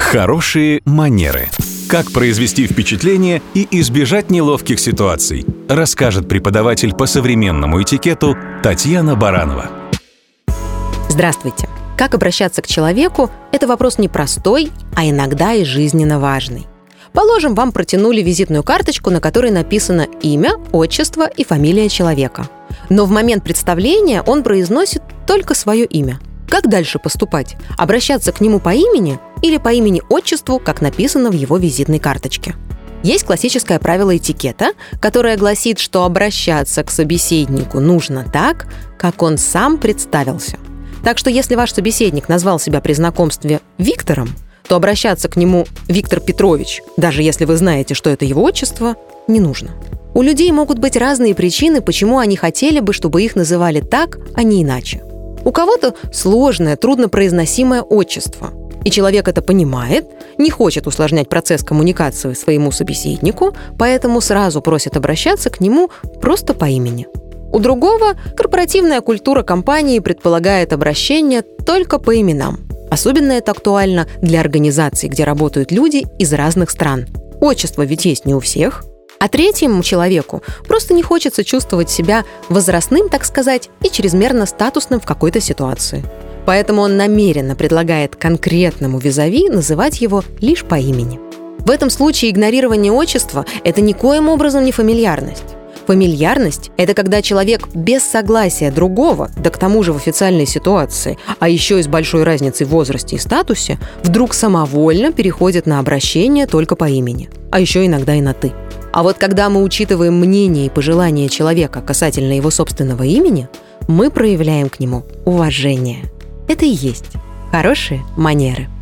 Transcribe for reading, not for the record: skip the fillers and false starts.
Хорошие манеры. Как произвести впечатление и избежать неловких ситуаций, расскажет преподаватель по современному этикету Татьяна Баранова. Здравствуйте! Как обращаться к человеку – это вопрос непростой, а иногда и жизненно важный. Положим, вам протянули визитную карточку, на которой написано имя, отчество и фамилия человека. Но в момент представления он произносит только свое имя. Как дальше поступать? Обращаться к нему по имени или по имени-отчеству, как написано в его визитной карточке? Есть классическое правило этикета, которое гласит, что обращаться к собеседнику нужно так, как он сам представился. Так что если ваш собеседник назвал себя при знакомстве Виктором, то обращаться к нему Виктор Петрович, даже если вы знаете, что это его отчество, не нужно. У людей могут быть разные причины, почему они хотели бы, чтобы их называли так, а не иначе. У кого-то сложное, труднопроизносимое отчество, и человек это понимает, не хочет усложнять процесс коммуникации своему собеседнику, поэтому сразу просит обращаться к нему просто по имени. У другого корпоративная культура компании предполагает обращение только по именам. Особенно это актуально для организаций, где работают люди из разных стран. Отчество ведь есть не у всех. А третьему человеку просто не хочется чувствовать себя возрастным, так сказать, и чрезмерно статусным в какой-то ситуации. Поэтому он намеренно предлагает конкретному визави называть его лишь по имени. В этом случае игнорирование отчества – это никоим образом не фамильярность. Фамильярность – это когда человек без согласия другого, да к тому же в официальной ситуации, а еще и с большой разницей в возрасте и статусе, вдруг самовольно переходит на обращение только по имени, а еще иногда и на «ты». А вот когда мы учитываем мнение и пожелания человека касательно его собственного имени, мы проявляем к нему уважение. Это и есть хорошие манеры.